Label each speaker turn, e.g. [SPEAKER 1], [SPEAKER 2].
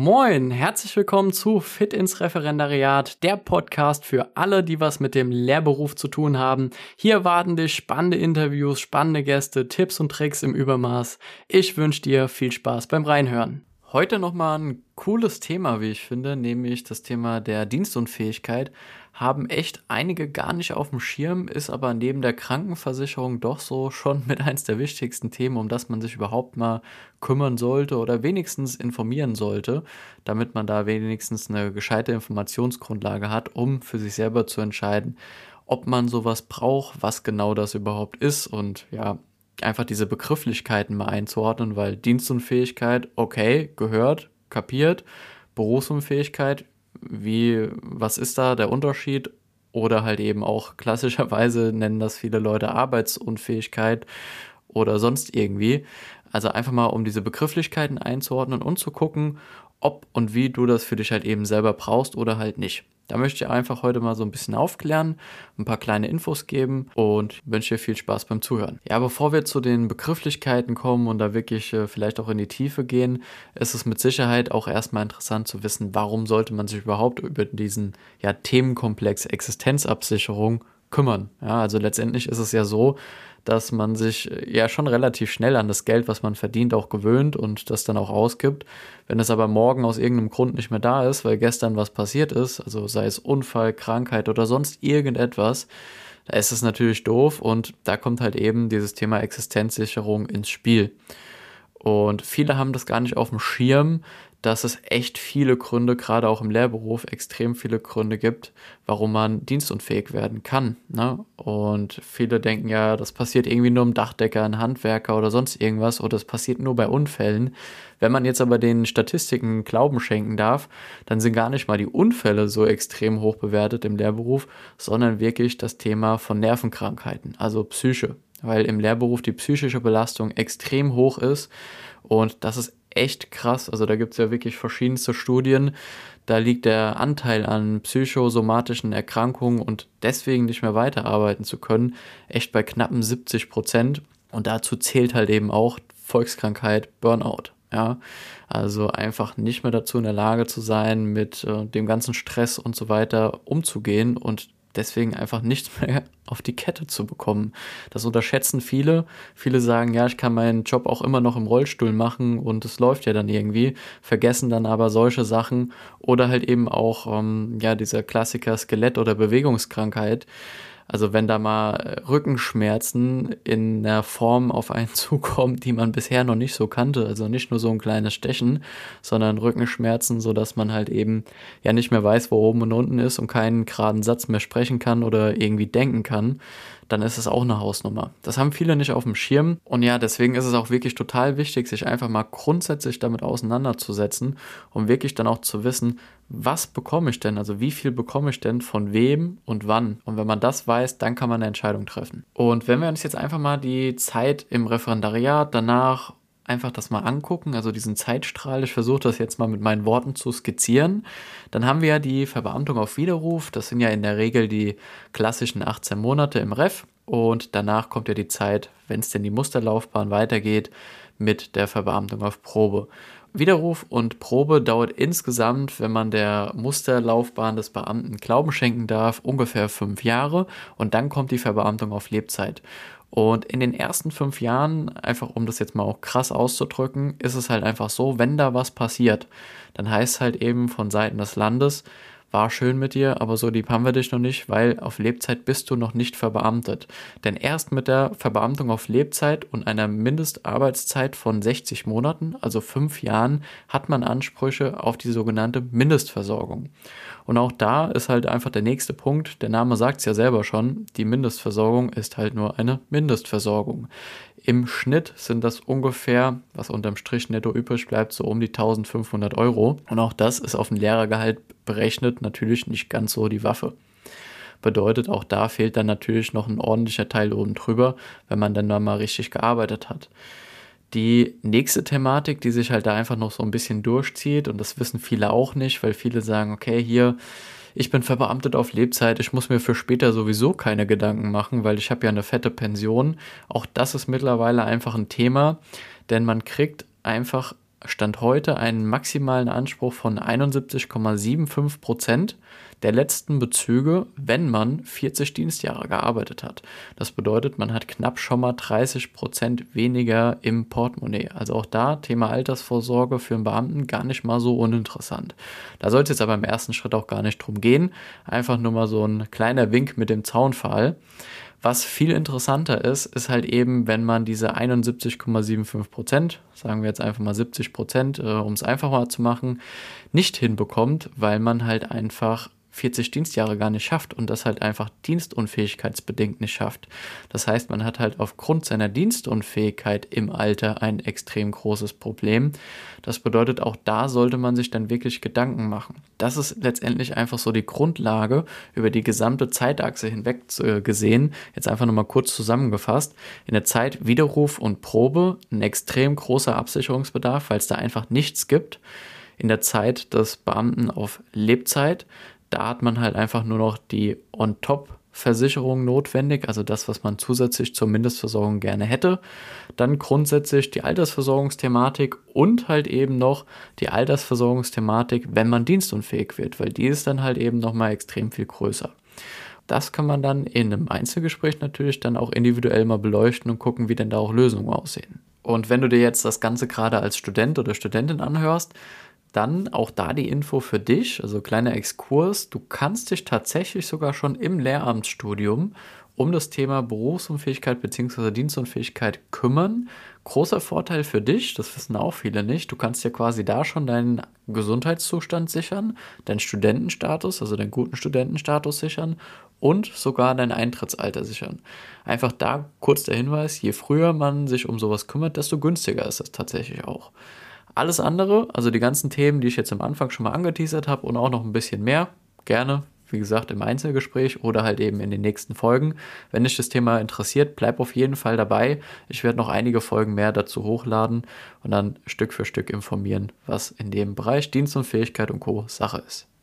[SPEAKER 1] Moin, herzlich willkommen zu Fit ins Referendariat, der Podcast für alle, die was mit dem Lehrberuf zu tun haben. Hier warten dich spannende Interviews, spannende Gäste, Tipps und Tricks im Übermaß. Ich wünsche dir viel Spaß beim Reinhören. Heute nochmal ein cooles Thema, wie ich finde, nämlich das Thema der Dienstunfähigkeit. Haben echt einige gar nicht auf dem Schirm, ist aber neben der Krankenversicherung doch so schon mit eins der wichtigsten Themen, um das man sich überhaupt mal kümmern sollte oder wenigstens informieren sollte, damit man da wenigstens eine gescheite Informationsgrundlage hat, um für sich selber zu entscheiden, ob man sowas braucht, was genau das überhaupt ist und ja, einfach diese Begrifflichkeiten mal einzuordnen, weil Dienstunfähigkeit, okay, gehört, kapiert, Berufsunfähigkeit, was ist da der Unterschied? Oder halt eben auch klassischerweise nennen das viele Leute Arbeitsunfähigkeit oder sonst irgendwie. Also einfach mal, um diese Begrifflichkeiten einzuordnen und zu gucken, ob und wie du das für dich halt eben selber brauchst oder halt nicht. Da möchte ich einfach heute mal so ein bisschen aufklären, ein paar kleine Infos geben und wünsche dir viel Spaß beim Zuhören. Ja, bevor wir zu den Begrifflichkeiten kommen und da wirklich vielleicht auch in die Tiefe gehen, ist es mit Sicherheit auch erstmal interessant zu wissen, warum sollte man sich überhaupt über diesen Themenkomplex Existenzabsicherung kümmern. Ja, also letztendlich ist es ja so, dass man sich ja schon relativ schnell an das Geld, was man verdient, auch gewöhnt und das dann auch ausgibt. Wenn es aber morgen aus irgendeinem Grund nicht mehr da ist, weil gestern was passiert ist, also sei es Unfall, Krankheit oder sonst irgendetwas, da ist es natürlich doof und da kommt halt eben dieses Thema Existenzsicherung ins Spiel. Und viele haben das gar nicht auf dem Schirm, dass es echt viele Gründe, gerade auch im Lehrberuf, extrem viele Gründe gibt, warum man dienstunfähig werden kann. Ne? Und viele denken ja, das passiert irgendwie nur im Dachdecker, ein Handwerker oder sonst irgendwas oder es passiert nur bei Unfällen. Wenn man jetzt aber den Statistiken Glauben schenken darf, dann sind gar nicht mal die Unfälle so extrem hoch bewertet im Lehrberuf, sondern wirklich das Thema von Nervenkrankheiten, also Psyche. Weil im Lehrberuf die psychische Belastung extrem hoch ist und das ist echt krass. Also da gibt es ja wirklich verschiedenste Studien. Da liegt der Anteil an psychosomatischen Erkrankungen und deswegen nicht mehr weiterarbeiten zu können, echt bei knappen 70%. Und dazu zählt halt eben auch Volkskrankheit, Burnout. Ja, also einfach nicht mehr dazu in der Lage zu sein, mit dem ganzen Stress und so weiter umzugehen und deswegen einfach nichts mehr auf die Kette zu bekommen. Das unterschätzen viele. Viele sagen, ja, ich kann meinen Job auch immer noch im Rollstuhl machen und es läuft ja dann irgendwie, vergessen dann aber solche Sachen oder halt eben auch dieser Klassiker Skelett- oder Bewegungskrankheit. Also wenn da mal Rückenschmerzen in einer Form auf einen zukommen, die man bisher noch nicht so kannte, also nicht nur so ein kleines Stechen, sondern Rückenschmerzen, sodass man halt eben ja nicht mehr weiß, wo oben und unten ist und keinen geraden Satz mehr sprechen kann oder irgendwie denken kann, dann ist es auch eine Hausnummer. Das haben viele nicht auf dem Schirm und ja, deswegen ist es auch wirklich total wichtig, sich einfach mal grundsätzlich damit auseinanderzusetzen, um wirklich dann auch zu wissen, was bekomme ich denn, also wie viel bekomme ich denn von wem und wann. Und wenn man das weiß, dann kann man eine Entscheidung treffen. Und wenn wir uns jetzt einfach mal die Zeit im Referendariat danach einfach das mal angucken, also diesen Zeitstrahl, ich versuche das jetzt mal mit meinen Worten zu skizzieren, dann haben wir ja die Verbeamtung auf Widerruf, das sind ja in der Regel die klassischen 18 Monate im Ref und danach kommt ja die Zeit, wenn es denn die Musterlaufbahn weitergeht, mit der Verbeamtung auf Probe. Widerruf und Probe dauert insgesamt, wenn man der Musterlaufbahn des Beamten Glauben schenken darf, ungefähr 5 Jahre und dann kommt die Verbeamtung auf Lebzeit. Und in den ersten 5 Jahren, einfach um das jetzt mal auch krass auszudrücken, ist es halt einfach so, wenn da was passiert, dann heißt es halt eben von Seiten des Landes, war schön mit dir, aber so lieb haben wir dich noch nicht, weil auf Lebzeit bist du noch nicht verbeamtet. Denn erst mit der Verbeamtung auf Lebzeit und einer Mindestarbeitszeit von 60 Monaten, also 5 Jahren, hat man Ansprüche auf die sogenannte Mindestversorgung. Und auch da ist halt einfach der nächste Punkt, der Name sagt es ja selber schon, die Mindestversorgung ist halt nur eine Mindestversorgung. Im Schnitt sind das ungefähr, was unterm Strich netto übrig bleibt, so um die 1.500 Euro. Und auch das ist auf ein Lehrergehalt berechnet natürlich nicht ganz so die Waffe. Bedeutet, auch da fehlt dann natürlich noch ein ordentlicher Teil oben drüber, wenn man dann mal richtig gearbeitet hat. Die nächste Thematik, die sich halt da einfach noch so ein bisschen durchzieht, und das wissen viele auch nicht, weil viele sagen, okay, hier, ich bin verbeamtet auf Lebzeit, ich muss mir für später sowieso keine Gedanken machen, weil ich habe ja eine fette Pension. Auch das ist mittlerweile einfach ein Thema, denn man kriegt einfach Stand heute einen maximalen Anspruch von 71,75% der letzten Bezüge, wenn man 40 Dienstjahre gearbeitet hat. Das bedeutet, man hat knapp schon mal 30% weniger im Portemonnaie. Also auch da Thema Altersvorsorge für einen Beamten gar nicht mal so uninteressant. Da soll es jetzt aber im ersten Schritt auch gar nicht drum gehen. Einfach nur mal so ein kleiner Wink mit dem Zaunpfahl. Was viel interessanter ist halt eben, wenn man diese 71,75%, sagen wir jetzt einfach mal 70%, um es einfach mal zu machen, nicht hinbekommt, weil man halt einfach 40 Dienstjahre gar nicht schafft und das halt einfach dienstunfähigkeitsbedingt nicht schafft. Das heißt, man hat halt aufgrund seiner Dienstunfähigkeit im Alter ein extrem großes Problem. Das bedeutet, auch da sollte man sich dann wirklich Gedanken machen. Das ist letztendlich einfach so die Grundlage über die gesamte Zeitachse hinweg gesehen. Jetzt einfach nochmal kurz zusammengefasst. In der Zeit Widerruf und Probe ein extrem großer Absicherungsbedarf, weil es da einfach nichts gibt. In der Zeit des Beamten auf Lebzeit, da hat man halt einfach nur noch die On-Top-Versicherung notwendig, also das, was man zusätzlich zur Mindestversorgung gerne hätte. Dann grundsätzlich die Altersversorgungsthematik und halt eben noch die Altersversorgungsthematik, wenn man dienstunfähig wird, weil die ist dann halt eben nochmal extrem viel größer. Das kann man dann in einem Einzelgespräch natürlich dann auch individuell mal beleuchten und gucken, wie denn da auch Lösungen aussehen. Und wenn du dir jetzt das Ganze gerade als Student oder Studentin anhörst, dann auch da die Info für dich, also kleiner Exkurs, du kannst dich tatsächlich sogar schon im Lehramtsstudium um das Thema Berufsunfähigkeit bzw. Dienstunfähigkeit kümmern. Großer Vorteil für dich, das wissen auch viele nicht, du kannst dir quasi da schon deinen Gesundheitszustand sichern, deinen Studentenstatus, also deinen guten Studentenstatus sichern und sogar dein Eintrittsalter sichern. Einfach da kurz der Hinweis, je früher man sich um sowas kümmert, desto günstiger ist das tatsächlich auch. Alles andere, also die ganzen Themen, die ich jetzt am Anfang schon mal angeteasert habe und auch noch ein bisschen mehr, gerne, wie gesagt, im Einzelgespräch oder halt eben in den nächsten Folgen. Wenn dich das Thema interessiert, bleib auf jeden Fall dabei. Ich werde noch einige Folgen mehr dazu hochladen und dann Stück für Stück informieren, was in dem Bereich Dienstunfähigkeit und Co. Sache ist.